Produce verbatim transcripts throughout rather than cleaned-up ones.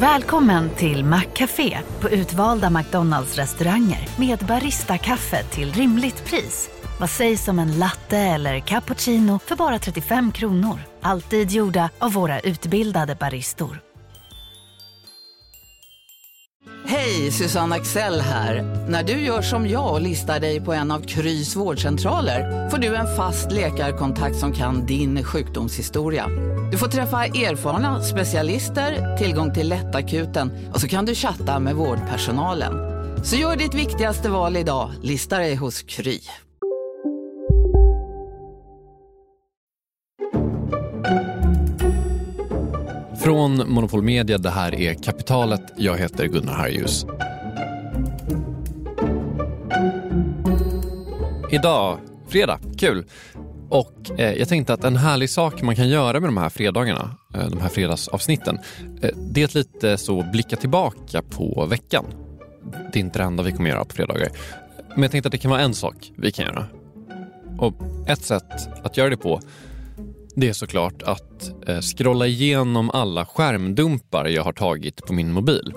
Välkommen till Maccafé på utvalda McDonalds-restauranger med Barista-kaffe till rimligt pris. Vad sägs om en latte eller cappuccino för bara trettiofem kronor? Alltid gjorda av våra utbildade baristor. Hej, Susanne Axel här. När du gör som jag och listar dig på en av Krys vårdcentraler får du en fast läkarkontakt som kan din sjukdomshistoria. Du får träffa erfarna specialister, tillgång till lättakuten och så kan du chatta med vårdpersonalen. Så gör ditt viktigaste val idag, lista dig hos Kry. Från Monopol Media, det här är Kapitalet. Jag heter Gunnar Harjus. Idag, fredag, kul. Och eh, jag tänkte att en härlig sak man kan göra med de här fredagarna, eh, de här fredagsavsnitten, eh, det är att lite så blicka tillbaka på veckan. Det är inte det enda vi kommer göra på fredagar. Men jag tänkte att det kan vara en sak vi kan göra. Och ett sätt att göra det på, det är såklart att eh, scrolla igenom alla skärmdumpar jag har tagit på min mobil.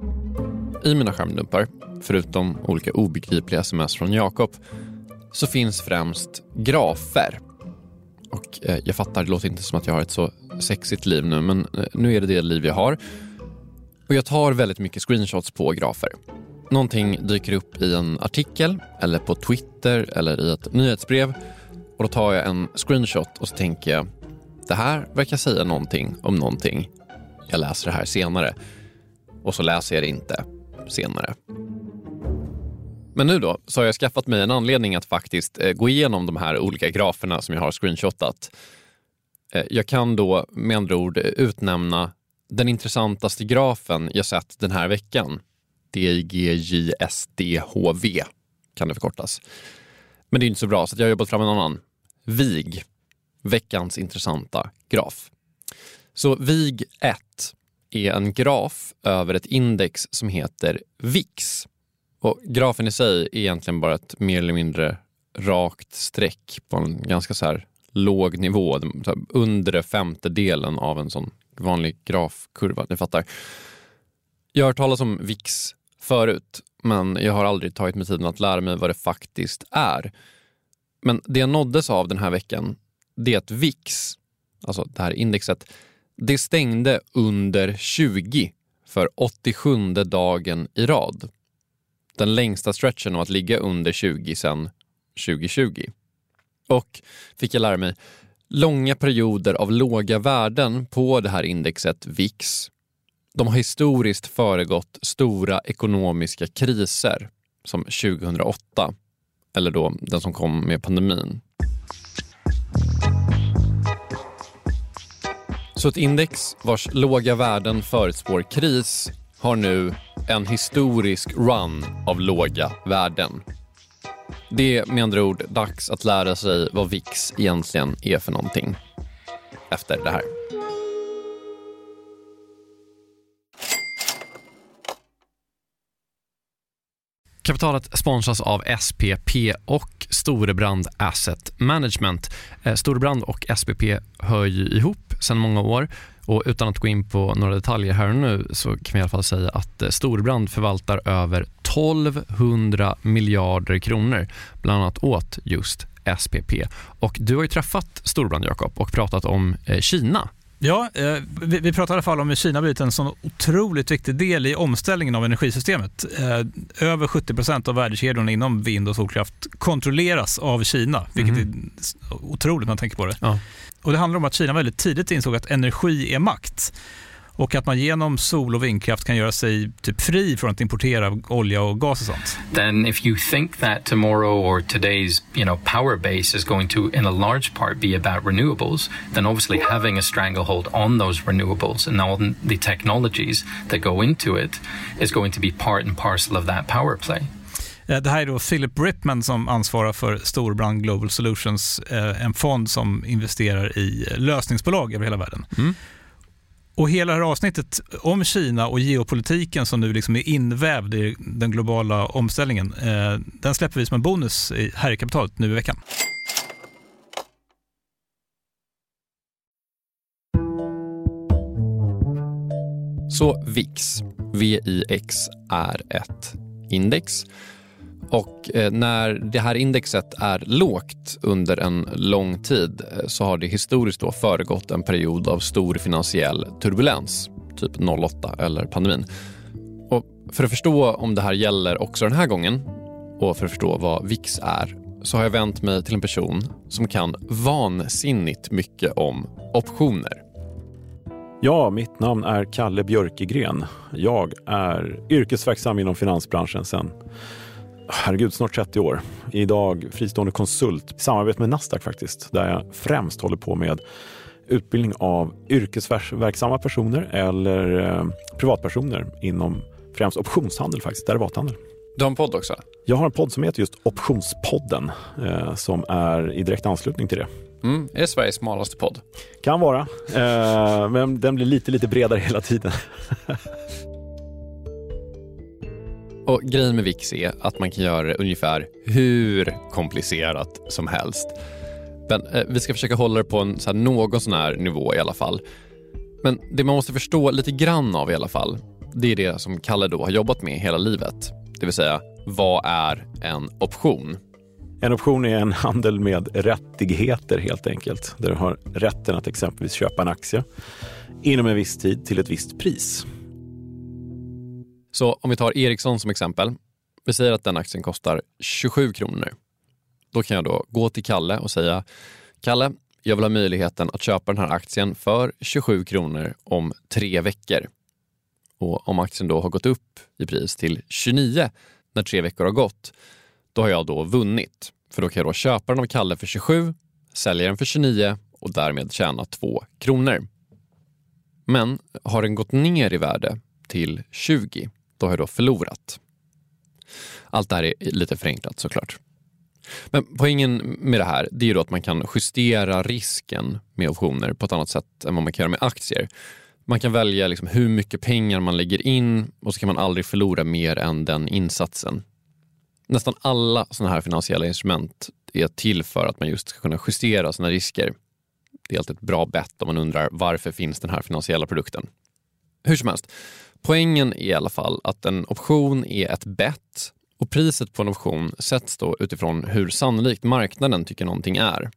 I mina skärmdumpar, förutom olika obegripliga sms från Jakob, så finns främst grafer. Och eh, jag fattar, det låter inte som att jag har ett så sexigt liv nu, men eh, nu är det det liv jag har. Och jag tar väldigt mycket screenshots på grafer. Någonting dyker upp i en artikel, eller på Twitter, eller i ett nyhetsbrev. Och då tar jag en screenshot och så tänker jag, det här verkar säga någonting om någonting. Jag läser det här senare. Och så läser jag det inte senare. Men nu då så har jag skaffat mig en anledning att faktiskt eh, gå igenom de här olika graferna som jag har screenshotat. Eh, jag kan då med andra ord utnämna den intressantaste grafen jag sett den här veckan. D I G J S D H V kan det förkortas. Men det är inte så bra så jag har jobbat fram en annan. V I G, veckans intressanta graf. Så V I G ett är en graf över ett index som heter V I X. Och grafen i sig är egentligen bara ett mer eller mindre rakt streck på en ganska så här låg nivå. Under femtedelen av en sån vanlig grafkurva, ni fattar. Jag har hört talas om V I X förut, men jag har aldrig tagit mig tiden att lära mig vad det faktiskt är. Men det jag nåddes av den här veckan, det är att V I X, alltså det här indexet, det stängde under tjugo för åttiosjunde dagen i rad. Den längsta stretchen av att ligga under tjugo sedan tjugohundratjugo. Och fick jag lära mig, långa perioder av låga värden på det här indexet V I X, de har historiskt föregått stora ekonomiska kriser som tjugohundraåtta, eller då den som kom med pandemin. Så ett index vars låga värden förutspår kris har nu en historisk run av låga värden. Det är med andra ord dags att lära sig vad V I X egentligen är för någonting efter det här. Kapitalet sponsras av S P P och Storebrand Asset Management. Storebrand och S P P hör ju ihop sedan många år, och utan att gå in på några detaljer här och nu så kan vi i alla fall säga att Storebrand förvaltar över tolvhundra miljarder kronor bland annat åt just S P P. Och du har ju träffat Storebrand, Jakob, och pratat om Kina. Ja, eh, vi, vi pratar i alla fall om hur Kina blivit en sån otroligt viktig del i omställningen av energisystemet. Eh, över sjuttio procent av värdekedjorna inom vind- och solkraft kontrolleras av Kina, vilket mm. är otroligt när man tänker på det. Ja. Och det handlar om att Kina väldigt tidigt insåg att energi är makt. Och att man genom sol- och vindkraft kan göra sig typ fri från att importera olja och gas och sånt. Then if you think that tomorrow or today's, you know, power base is going to in a large part be about renewables, then obviously having a stranglehold on those renewables and all the technologies that go into it is going to be part and parcel of that power play. Det här är då Philip Ripman som ansvarar för Storebrand Global Solutions, en fond som investerar i lösningsbolag över hela världen. Mm. Och hela det här avsnittet om Kina och geopolitiken som nu liksom är invävd i den globala omställningen, eh, den släpper vi som en bonus här i Kapitalet nu i veckan. Så V I X, V I X, är ett index. Och när det här indexet är lågt under en lång tid så har det historiskt då föregått en period av stor finansiell turbulens, typ noll åtta eller pandemin. Och för att förstå om det här gäller också den här gången och för att förstå vad V I X är så har jag vänt mig till en person som kan vansinnigt mycket om optioner. Ja, mitt namn är Kalle Björkegren. Jag är yrkesverksam inom finansbranschen sedan, herregud, snart trettio år. Idag fristående konsult i samarbete med Nasdaq faktiskt, där jag främst håller på med utbildning av yrkesverksamma personer eller eh, privatpersoner inom främst optionshandel faktiskt, derivathandel. Du har en podd också? Jag har en podd som heter just Optionspodden eh, som är i direkt anslutning till det. Mm, är det Sveriges smalaste podd? Kan vara, eh, men den blir lite, lite bredare hela tiden. Och grejen med V I X är att man kan göra det ungefär hur komplicerat som helst. Men eh, vi ska försöka hålla det på en så här, någon sån här nivå i alla fall. Men det man måste förstå lite grann av i alla fall, det är det som Kalle då har jobbat med hela livet. Det vill säga, vad är en option? En option är en handel med rättigheter helt enkelt. Där du har rätten att exempelvis köpa en aktie inom en viss tid till ett visst pris. Så om vi tar Ericsson som exempel. Vi säger att den aktien kostar tjugosju kronor. Då kan jag då gå till Kalle och säga: Kalle, jag vill ha möjligheten att köpa den här aktien för tjugosju kronor om tre veckor. Och om aktien då har gått upp i pris till tjugonio när tre veckor har gått, då har jag då vunnit. För då kan jag då köpa den av Kalle för tjugosju, sälja den för tjugonio och därmed tjäna två kronor. Men har den gått ner i värde till tjugo, då har jag då förlorat. Allt det här är lite förenklat såklart. Men poängen med det här, det är ju då att man kan justera risken med optioner på ett annat sätt än vad man kan göra med aktier. Man kan välja liksom hur mycket pengar man lägger in och så kan man aldrig förlora mer än den insatsen. Nästan alla sådana här finansiella instrument är till för att man just ska kunna justera sina risker. Det är alltid ett bra bett om man undrar varför finns den här finansiella produkten. Hur som helst, poängen är i alla fall att en option är ett bett och priset på en option sätts då utifrån hur sannolikt marknaden tycker någonting är.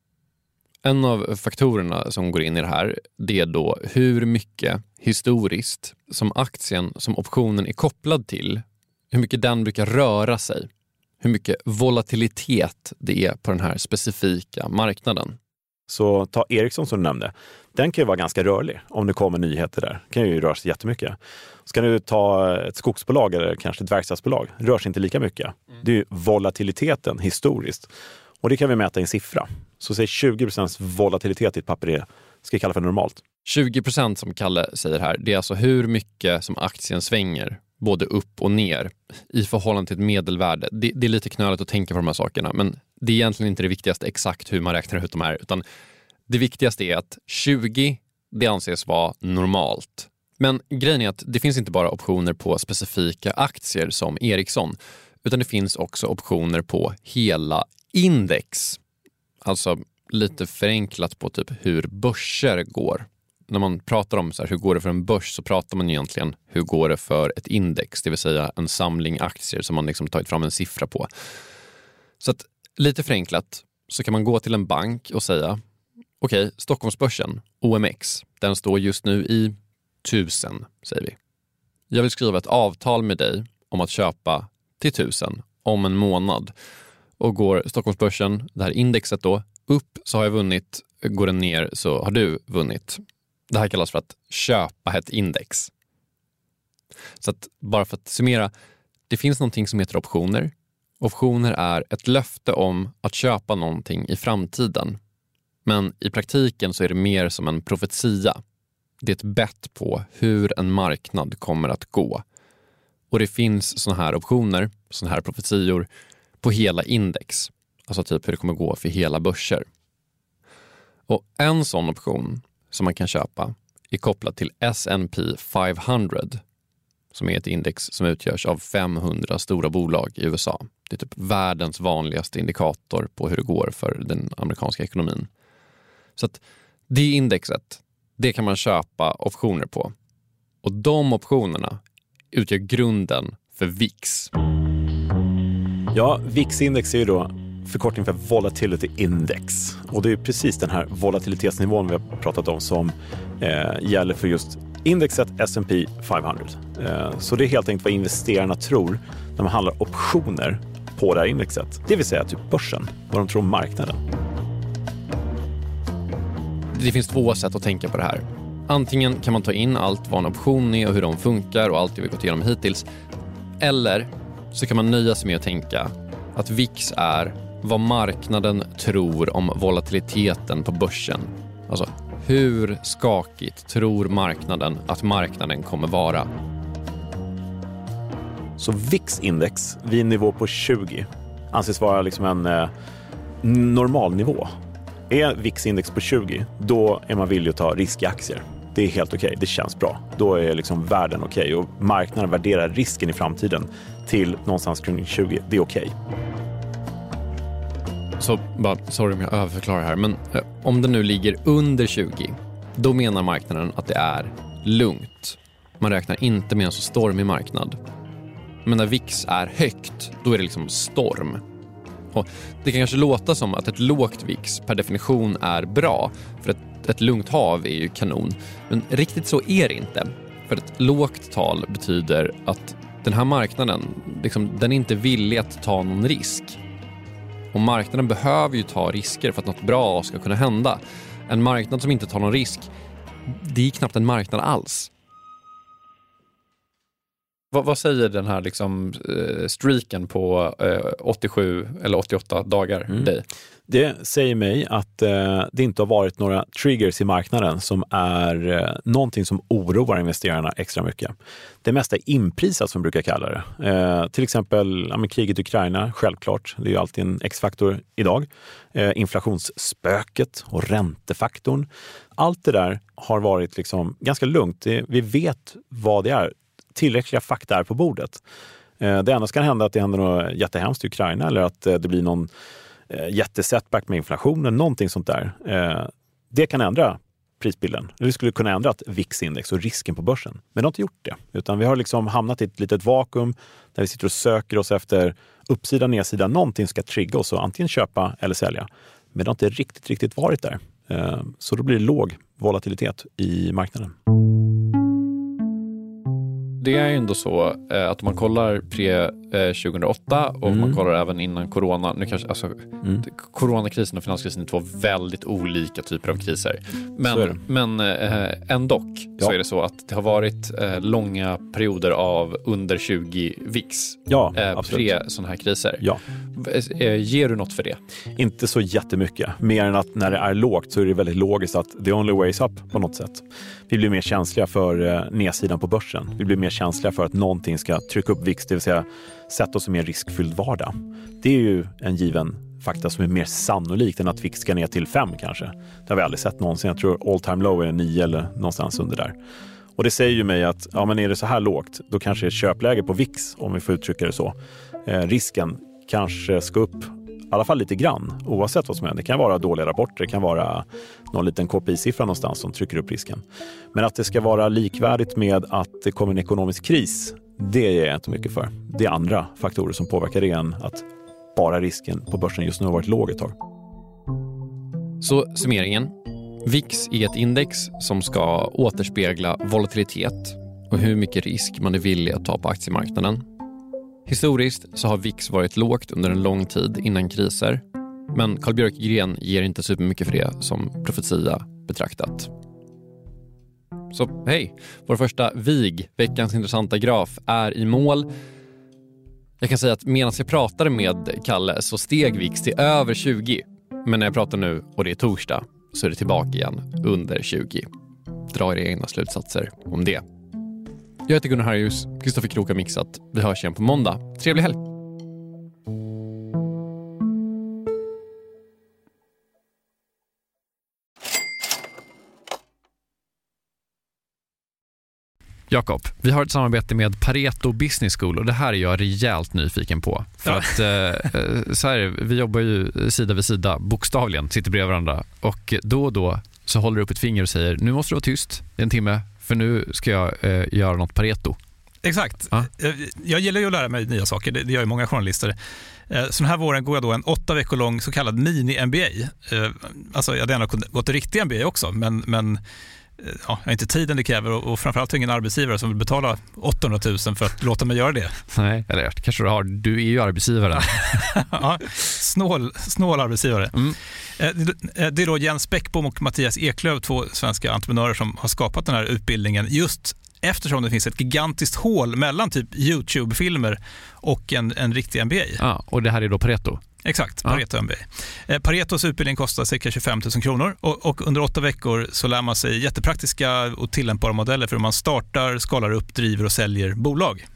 En av faktorerna som går in i det här, det är då hur mycket historiskt som aktien som optionen är kopplad till, hur mycket den brukar röra sig, hur mycket volatilitet det är på den här specifika marknaden. Så ta Ericsson som du nämnde. Den kan ju vara ganska rörlig om det kommer nyheter där. Den kan ju röra sig jättemycket. Ska du ta ett skogsbolag eller kanske ett verkstadsbolag, rör sig inte lika mycket. Mm. Det är ju volatiliteten historiskt. Och det kan vi mäta i en siffra. Så säg tjugo procent volatilitet i ett papper är, ska jag kalla för normalt. tjugo procent som Kalle säger här, det är alltså hur mycket som aktien svänger både upp och ner i förhållande till ett medelvärde. Det, det är lite knöligt att tänka på de här sakerna, men det är egentligen inte det viktigaste exakt hur man räknar ut de här, utan det viktigaste är att tjugo, det anses vara normalt. Men grejen är att det finns inte bara optioner på specifika aktier som Ericsson, utan det finns också optioner på hela index. Alltså lite förenklat på typ hur börser går. När man pratar om så här, hur går det för en börs, så pratar man egentligen hur går det för ett index, det vill säga en samling aktier som man liksom tagit fram en siffra på. Så att lite förenklat så kan man gå till en bank och säga: okej, okay, Stockholmsbörsen, O M X, den står just nu i tusen, säger vi. Jag vill skriva ett avtal med dig om att köpa till tusen om en månad. Och går Stockholmsbörsen, det här indexet då, upp så har jag vunnit, går den ner så har du vunnit. Det här kallas för att köpa ett index. Så att bara för att summera, det finns någonting som heter optioner. Optioner är ett löfte om att köpa någonting i framtiden. Men i praktiken så är det mer som en profetia. Det är ett bett på hur en marknad kommer att gå. Och det finns såna här optioner, såna här profetior på hela index. Alltså typ hur det kommer gå för hela börser. Och en sån option som man kan köpa är kopplad till S and P femhundra, som är ett index som utgörs av femhundra stora bolag i U S A. Det är typ världens vanligaste indikator på hur det går för den amerikanska ekonomin. Så att det indexet, det kan man köpa optioner på. Och de optionerna utgör grunden för V I X. Ja, V I X-index är ju då förkortning för Volatility Index. Och det är precis den här volatilitetsnivån vi har pratat om som eh, gäller för just indexet S and P femhundra. Eh, så det är helt enkelt vad investerarna tror när man handlar optioner på det här indexet. Det vill säga typ börsen, vad de tror om marknaden. Det finns två sätt att tänka på det här. Antingen kan man ta in allt vad en option är och hur de funkar och allt det vi gått igenom hittills. Eller så kan man nöja sig med att tänka att V I X är vad marknaden tror om volatiliteten på börsen. Alltså, hur skakigt tror marknaden att marknaden kommer vara? Så V I X-index vid en nivå på tjugo anses vara liksom en eh, normal nivå. Är V I X-index på tjugo, då är man villig att ta risk i aktier. Det är helt okej, okay. Det känns bra. Då är liksom världen okej okay. Och marknaden värderar risken i framtiden till någonstans kring tjugo. Det är okej. Okay. Så, bara, sorry om jag överförklarar här, men eh, om det nu ligger under tjugo, då menar marknaden att det är lugnt. Man räknar inte med en så stormig marknad. Men när V I X är högt, då är det liksom storm. Och det kan kanske låta som att ett lågt V I X per definition är bra, för ett, ett lugnt hav är ju kanon. Men riktigt så är det inte. För ett lågt tal betyder att den här marknaden, liksom, den är inte villig att ta någon risk. Och marknaden behöver ju ta risker för att något bra ska kunna hända. En marknad som inte tar någon risk, det är knappt en marknad alls. Vad, vad säger den här liksom, eh, streaken på eh, åttiosju eller åttioåtta dagar mm. dig? Det säger mig att eh, det inte har varit några triggers i marknaden som är eh, någonting som oroar investerarna extra mycket. Det mesta är inprisat som man brukar kalla det. Eh, till exempel ja, kriget i Ukraina, självklart. Det är ju alltid en X-faktor idag. Eh, inflationsspöket och räntefaktorn. Allt det där har varit liksom ganska lugnt. Det, vi vet vad det är. Tillräckliga fakta är på bordet. Eh, det enda som kan hända är att det händer något jättehemskt i Ukraina eller att eh, det blir någon eh, jättesetback med inflationen, någonting sånt där. Eh, det kan ändra prisbilden. Det skulle kunna ändra ett V I X-index och risken på börsen. Men det har inte gjort det. Utan vi har liksom hamnat i ett litet vakuum där vi sitter och söker oss efter uppsida, nedsida. Någonting ska trigga oss och antingen köpa eller sälja. Men det har inte riktigt, riktigt varit där. Eh, så då blir det låg volatilitet i marknaden. Det är ju ändå så eh, att om man kollar pre-tjugohundraåtta och mm. man kollar även innan corona, nu kanske, alltså, mm. coronakrisen och finanskrisen är två väldigt olika typer av kriser. Men, men eh, ändå ja. så är det så att det har varit eh, långa perioder av under tjugo V I X ja, eh, pre sådana här kriser. Ja. Eh, ger du något för det? Inte så jättemycket. Mer än att när det är lågt så är det väldigt logiskt att the only way is up på något sätt. Vi blir mer känsliga för eh, nedsidan på börsen. Vi blir mer känsliga för att någonting ska trycka upp V I X, det vill säga sätta oss i en mer riskfylld vardag. Det är ju en given fakta som är mer sannolikt än att V I X ska ner till fem kanske. Det har vi aldrig sett någonsin. Jag tror all time low är nio eller någonstans under där. Och det säger ju mig att ja, men är det så här lågt, då kanske det är ett köpläge på V I X, om vi får uttrycka det så. Eh, risken kanske ska upp i alla fall lite grann, oavsett vad som händer. Det kan vara dåliga rapporter, det kan vara någon liten K P I-siffra någonstans som trycker upp risken. Men att det ska vara likvärdigt med att det kommer en ekonomisk kris, det är jag inte mycket för. Det är andra faktorer som påverkar det än att bara risken på börsen just nu har varit låg ett tag. Så summeringen. V I X är ett index som ska återspegla volatilitet och hur mycket risk man är villig att ta på aktiemarknaden. Historiskt så har V I X varit lågt under en lång tid innan kriser, men Carl Björkegren ger inte supermycket för det som profetia betraktat. Så hej, vår första V I G, veckans intressanta graf, är i mål. Jag kan säga att medan jag pratade med Kalle så steg V I X till över tjugo, men när jag pratar nu och det är torsdag så är det tillbaka igen under tjugo. Dra era egna slutsatser om det. Jag heter Gunnar Harjus, Kristoffer Krook har mixat. Vi hörs igen på måndag. Trevlig helg! Jakob, vi har ett samarbete med Pareto Business School och det här är jag rejält nyfiken på. För ja. att eh, så här, vi jobbar ju sida vid sida, bokstavligen, sitter bredvid varandra. Och då och då så håller du upp ett finger och säger, nu måste du vara tyst, det är en timme för nu ska jag eh, göra något Pareto. Exakt. Ja. Jag gillar ju att lära mig nya saker, det, det gör ju många journalister. Så den här våren går jag då en åtta veckor lång så kallad mini-M B A. Alltså jag hade gärna gått till riktig M B A också, men, men ja, jag har inte tiden det kräver och, och framförallt ingen arbetsgivare som vill betala åttahundratusen för att låta mig göra det. Nej, eller kanske du har. Du är ju arbetsgivaren. Ja, snål, snål arbetsgivare. Mm. Det är då Jens Bäckbom och Mattias Eklöf, två svenska entreprenörer som har skapat den här utbildningen just eftersom det finns ett gigantiskt hål mellan typ YouTube-filmer och en, en riktig M B A. Ja, och det här är då Pareto? Exakt, Pareto ja. M B A. Eh, Paretos utbildning kostar cirka tjugofem tusen kronor och, och under åtta veckor så lär man sig jättepraktiska och tillämpbara modeller för hur man startar, skalar upp, driver och säljer bolag.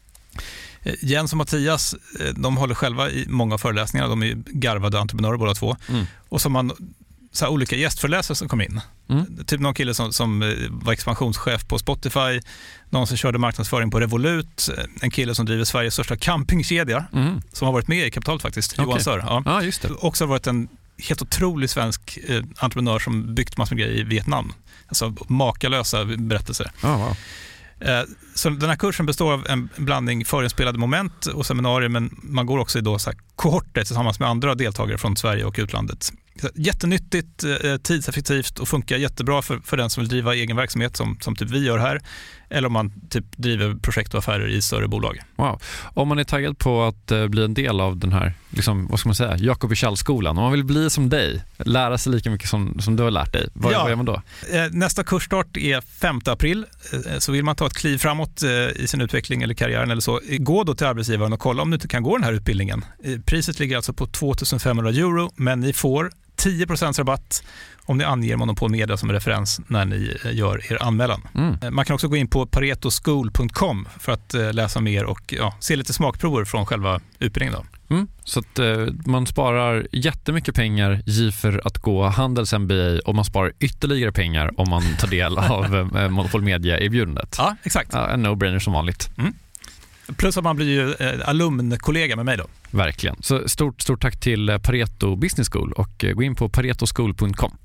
Eh, Jens och Mattias, eh, de håller själva i många föreläsningar, de är garvade entreprenörer båda två. Mm. Och som man så här olika gästföreläsare som kom in. Mm. Typ någon kille som, som var expansionschef på Spotify, någon som körde marknadsföring på Revolut, en kille som driver Sveriges största campingkedja mm. som har varit med i kapitalet faktiskt, okay. Johan Sör. Ja. Ah, just det. Också har varit en helt otrolig svensk eh, entreprenör som byggt massor med grejer i Vietnam. Alltså makalösa berättelser. Oh, wow. eh, så den här kursen består av en blandning förinspelade moment och seminarier, men man går också i då så här kohorter tillsammans med andra deltagare från Sverige och utlandet. Jättenyttigt, tidseffektivt och funkar jättebra för, för den som vill driva egen verksamhet som, som typ vi gör här, eller om man typ driver projekt och affärer i större bolag. Wow. Om man är taggad på att uh, bli en del av den här, liksom, vad ska man säga, Jakob i Kjell-skolan, om man vill bli som dig, lära sig lika mycket som, som du har lärt dig, vad, ja. vad gör man då? Nästa kursstart är femte april, så vill man ta ett kliv framåt i sin utveckling eller karriären eller så, gå då till arbetsgivaren och kolla om du inte kan gå den här utbildningen. Priset ligger alltså på tvåtusenfemhundra euro, men ni får tio procent rabatt om ni anger Monopol Media som referens när ni gör er anmälan. Mm. Man kan också gå in på pareto school punkt com för att läsa mer och ja, se lite smakprover från själva utbildningen. Då. Mm. Så att eh, man sparar jättemycket pengar i för att gå Handels M B A och man sparar ytterligare pengar om man tar del av eh, Monopol Media-erbjudandet. Ja, exakt. Ja, en no-brainer som vanligt. Mm. Plus att man blir ju eh, alumnkollega med mig då. Verkligen. Så stort, stort tack till Pareto Business School och gå in på pareto school punkt com.